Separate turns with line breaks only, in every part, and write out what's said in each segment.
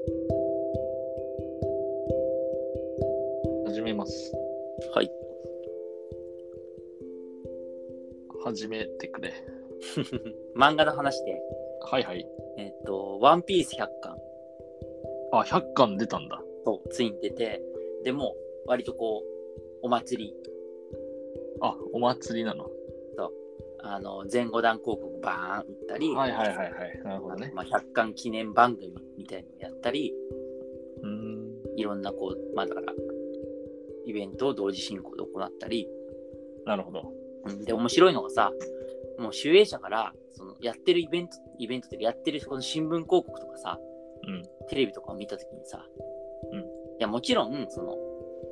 始めます。
はい。
始めてくれ。
漫画の話で、
はいはい。
ワンピース100巻
あ、100巻出たんだ。
とついに出て、でも割とこうお祭り
あ、お祭りなの。
と前後段広告バーン打ったり、
はいはいはいはい。なるほどね。
100巻記念番組みたいなのをやったり、いろんなこう、だからイベントを同時進行で行ったり、
なるほど。
で面白いのがさ、もう集英社からそのやってるイベントってやってるこの新聞広告とかさ、テレビとかを見たときにさ、いやもちろんその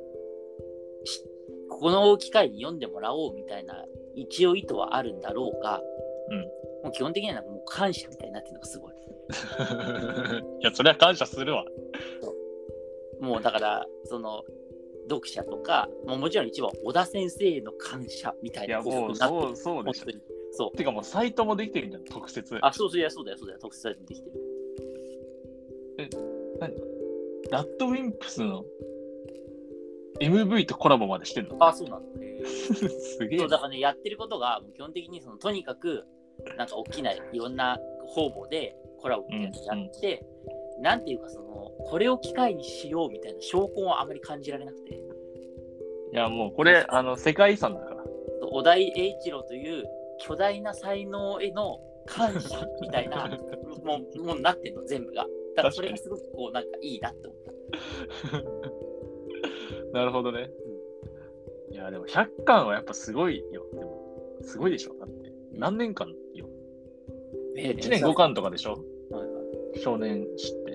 この機会に読んでもらおうみたいな一応意図はあるんだろうが、もう基本的にはもう感謝みたいになってるのがすごい。
いや、それは感謝するわ。
もうだからその読者とか、もちろん一番小田先生への感謝みたいな。
いやもうそうでしょ。
そう。
てかもうサイトもできてるじゃん、特設。
あ、そうだよ、特設サイトもできてる。
何ラッドウィンプスの MV とコラボまでしてんの？
あ、そうなんだ。
すげえ。
そうだからね、やってることが基本的にそのとにかくなんか大きないろんな方々でコラボみたいなのやって、なんていうかそのこれを機会にしようみたいな証拠はあまり感じられなくて。
いやもうこれ世界遺産だから。
小田栄一郎という巨大な才能への感謝みたいなもうなってんの全部が。だからそれがすごくこうなんかいいなって思った。
なるほどね。いやでも100巻はやっぱすごいよ。でもすごいでしょ。だって何年間よ。1年5巻とかでしょ。少年誌って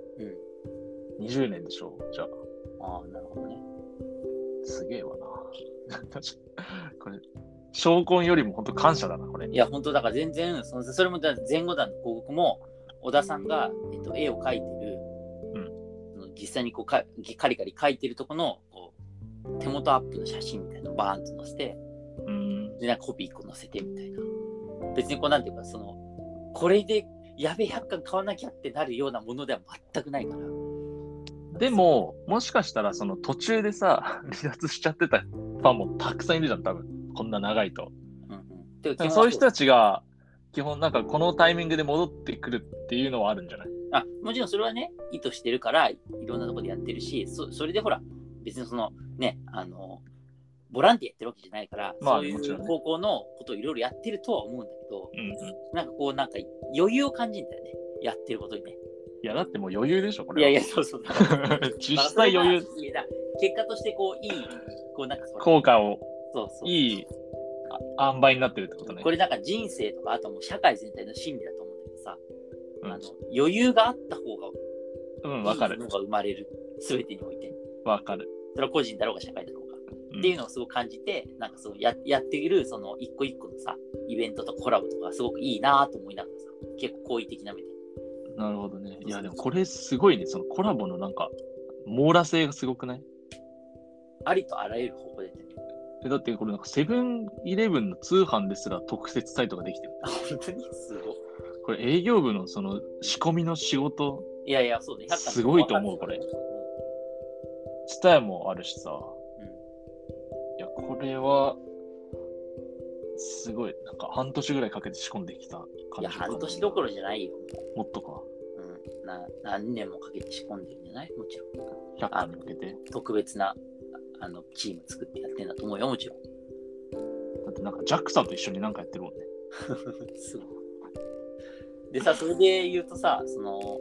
。20年でしょ。じゃあ。
ああ、なるほどね。
すげえわな。これ証拠よりも本当感謝だなこれ。
いや本当だから全然それも前後段の広告も小田さんが、絵を描いてる、実際にこうカリカリ描いてるとこのこう手元アップの写真みたいなのをバーンと載せて、でなんかコピー1個載せてみたいな。別にこうなんていうかそのこれでやべえ100巻買わなきゃってなるようなものでは全くないから。
でももしかしたらその途中でさ離脱しちゃってたファンもたくさんいるじゃん多分こんな長いと。そういう人たちが基本なんかこのタイミングで戻ってくるっていうのはあるんじゃない？
もちろんそれはね意図してるからいろんなところでやってるし、それでほら別にそのねボランティアやってるわけじゃないから、そういう方向のことをいろいろやってるとは思うんだけど、なんかこうなんか余裕を感じるんだよねやってることにね。
いやだってもう余裕でしょこれは。
いやそう
実際余裕。
結果としてこういいこうなんか
効果を
そう
いい塩梅になってるってことね。
これなんか人生とかあともう社会全体の心理だと思うんだけどさ、余裕があった方が
わかる。
いいものが生まれる全てにおいて。
わかる。
それは個人だろうが社会だろうが、っていうのをすごく感じて、なんかそうやっているその一個一個のさイベントとかコラボとかすごくいいなと思いながらさ、結構好意的な目で。
なるほどね。いやでもこれすごいね、そのコラボのなんか網羅性がすごくない？
ありとあらゆる方向で
だってこれなんかセブンイレブンの通販ですら特設サイトができてる。
本当にすごい。
これ営業部のその仕込みの仕事。
いやそうね。
すごいと思うこれ。ツタヤもあるしさ。いやこれはすごいなんか半年ぐらいかけて仕込んできた感じ。
いや半年どころじゃないよ。
もっとか。
何年もかけて仕込んでるんじゃない？もちろん。
100巻に向けて
特別なチーム作ってやってんだと思うよもちろん。
だってなんか JAXA と一緒になんかやってるもんね。
すごい。でさ、それで言うとさ、その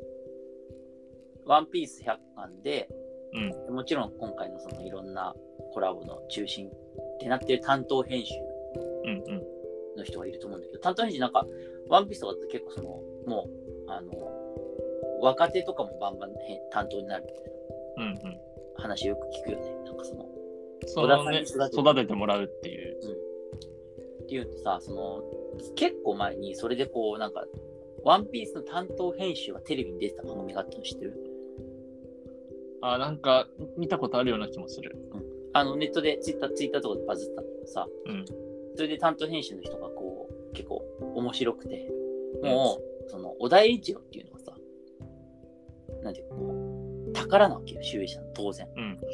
ワンピース100巻で、もちろん今回のそのいろんなコラボの中心ってなってる担当編集の人がいると思うんだけど、担当編集なんかワンピースとかって結構そのもう若手とかもバンバン担当になるみたいな話よく聞くよね。なんかその
ね、育ててもらうっていう。
っていうとさ、その結構前にそれでこうなんかワンピースの担当編集がテレビに出てた番組があったの知ってる？
なんか見たことあるような気もする。
ネットでツイッターとかでバズったんだけどさ、それで担当編集の人がこう結構面白くて、もうその小田栄一郎っていうのがさ、 なんていうかこう宝なわけよ、集英社の当然。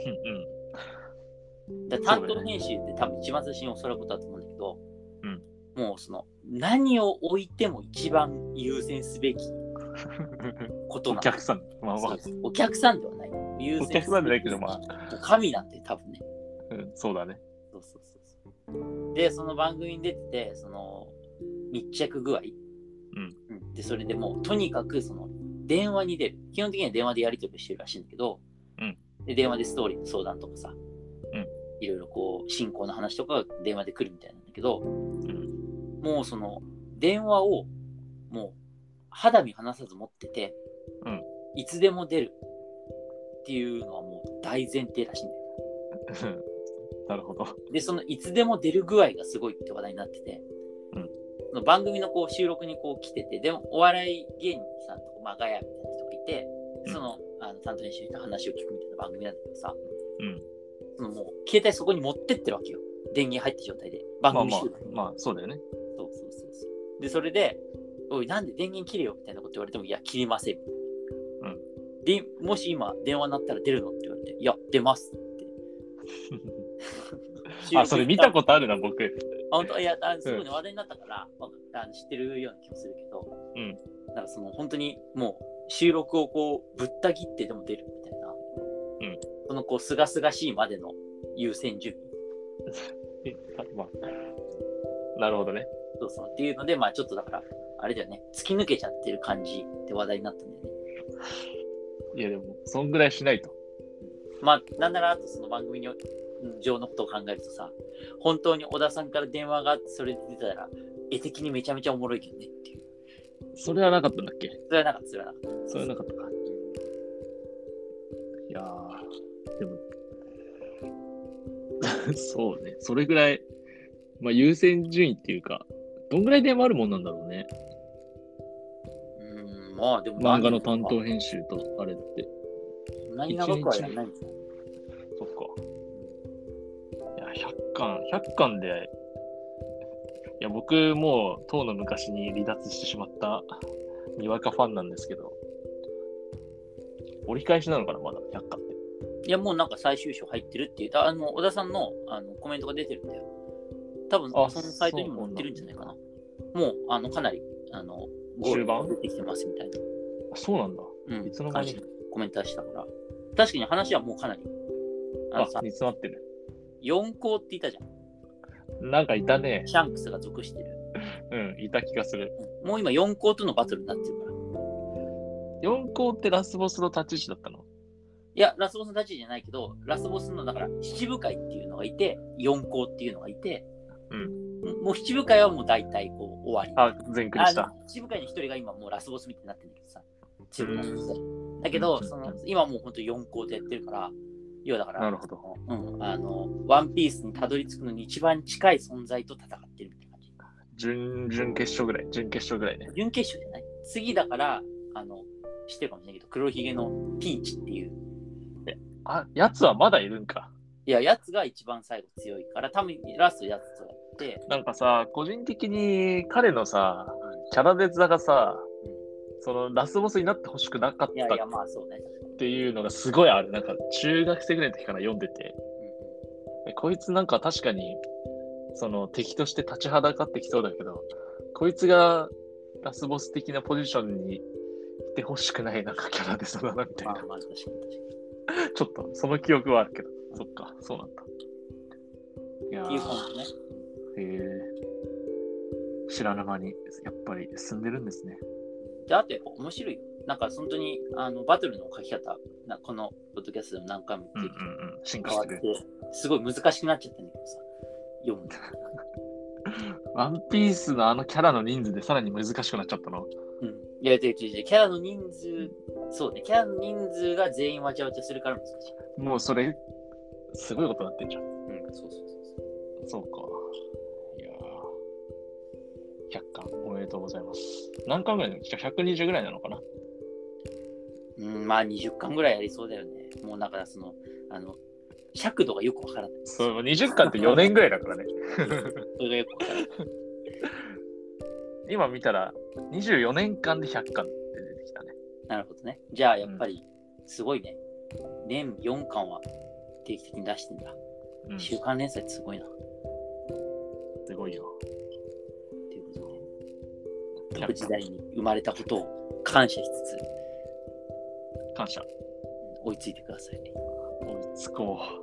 だ担当編集って多分一番最初に教わることだと思うんだけど、もうその何を置いても一番優先すべきことなの。
お客さん、
お客さんではない。優先
お客さんじゃないけど
神なんて多分ね。
そうだね。
そう。で、その番組に出てて、その密着具合、でそれでもうとにかくその電話に出る。基本的には電話でやり取りしてるらしいんだけど、で電話でストーリーの相談とかさ、いろいろこう進行の話とかが電話で来るみたいなんだけど、もうその電話をもう肌身離さず持ってて、いつでも出るっていうのはもう大前提らしいんだよ。
なるほど。
で、そのいつでも出る具合がすごいって話題になってて、その番組のこう収録にこう来てて、でもお笑い芸人さんとか、ガヤみたいな人がいて、その担当編集の話を聞くみたいな番組なんだけどさ、そのもう携帯そこに持ってってるわけよ。電源入った状態で。番組収録。
そうだよね。
そう。で、それで、おい、なんで電源切れよみたいなこと言われても、いや、切りません。で、もし今電話になったら出るのって言われて、いや、出ますって。
それ見たことあるな、僕。
本当いや、すごい話題になったから、知ってるような気もするけど、だからその本当にもう収録をこうぶった切ってでも出るみたいな、そのこうすがすがしいまでの優先順位。
なるほどね。
そうっていうので、ちょっとだからあれだよね、突き抜けちゃってる感じで話題になったんだよね。
いやでもそんぐらいしないと。
なんならあとその番組上のことを考えるとさ、本当に小田さんから電話があってそれで出たら絵的にめちゃめちゃおもろいけどねっていう。
それはなかったんだっけ？
それはなかった。
それはなかったか。いやー、でもそうね、それぐらい、優先順位っていうか、どんぐらい電話あるもんなんだろうね。
でも
漫画の担当編集とあれって。
そんなに長くはやらないんですよ。
そっか。いや、100巻で、いや、僕もう、当の昔に離脱してしまったにわかファンなんですけど、折り返しなのかな、まだ100巻って。
いや、もうなんか最終章入ってるっていう、小田さんのコメントが出てるんだよ。多分、そのサイトにも載ってるんじゃないかな。もう、かなり、
終盤
出てきてますみたいな。
そうなんだ。いつの間に
コメントしたから。確かに話はもうかなり。
煮詰まってる。
4校っていたじゃん。
なんかいたね。
シャンクスが属してる。
いた気がする。
もう今4校とのバトルになってるから。
4校ってラスボスの立ち位置だったの？
いや、ラスボスの立ち位置じゃないけど、ラスボスの、だから、七部会っていうのがいて、4校っていうのがいて、もう七部会はもう大体こう終わり。
全クリした。
七部会の一人が今もうラスボスみたいになってるんだけどさ。だけど、今もう本当に4校でやってるから、要はだから、
なるほど。
ワンピースにたどり着くのに一番近い存在と戦ってるみたいな感じ。
準決勝ぐらいね。
準決勝じゃない？次だから、知ってるかもしれないけど、黒ひげのピーチっていう。
やつはまだいるんか。
いや、やつが一番最後強いから、多分ラストやつとやって。
なんかさ、個人的に彼のさ、キャラデザがさ、そのラスボスになってほしくなかったっていうのがすごいある。なんか中学生ぐらいの時から読んでて、こいつなんか確かにその敵として立ちはだかってきそうだけど、こいつがラスボス的なポジションにいてほしくないなんかキャラデザだなみたいな。
確かに
ちょっとその記憶はあるけど、そっか、そうなんだ。いやー、
っていう感じね。
知らぬ間にやっぱり進んでるんですね。
で、あとやっぱ面白いよ。なんか本当にバトルの書き方、このポッドキャストでも何回も言って
進化してる。
すごい難しくなっちゃったんだけどさ、読む
の。ワンピースのキャラの人数でさらに難しくなっちゃったの？
いや、キャラの人数、そうね、キャラの人数が全員わちゃわちゃするから難しい。
もうそれ、すごいことになってんじゃん。そうか。いやー、100巻おめでとうございます。何巻ぐらいなの？120ぐらいなのかな
？20巻ぐらいやりそうだよね。もうだから尺度がよくわからない。
そう、20巻って4年ぐらいだからね。
それがよくわからない。
今見たら、24年間で100巻って出てきたね。
なるほどね。じゃあやっぱりすごいね。年4巻は定期的に出してんだ。週刊連載ってすごいな。
すごいよ。
ということで、飛ぶ時代に生まれたことを感謝しつつ、
感謝。
追いついてください。
追いつこう。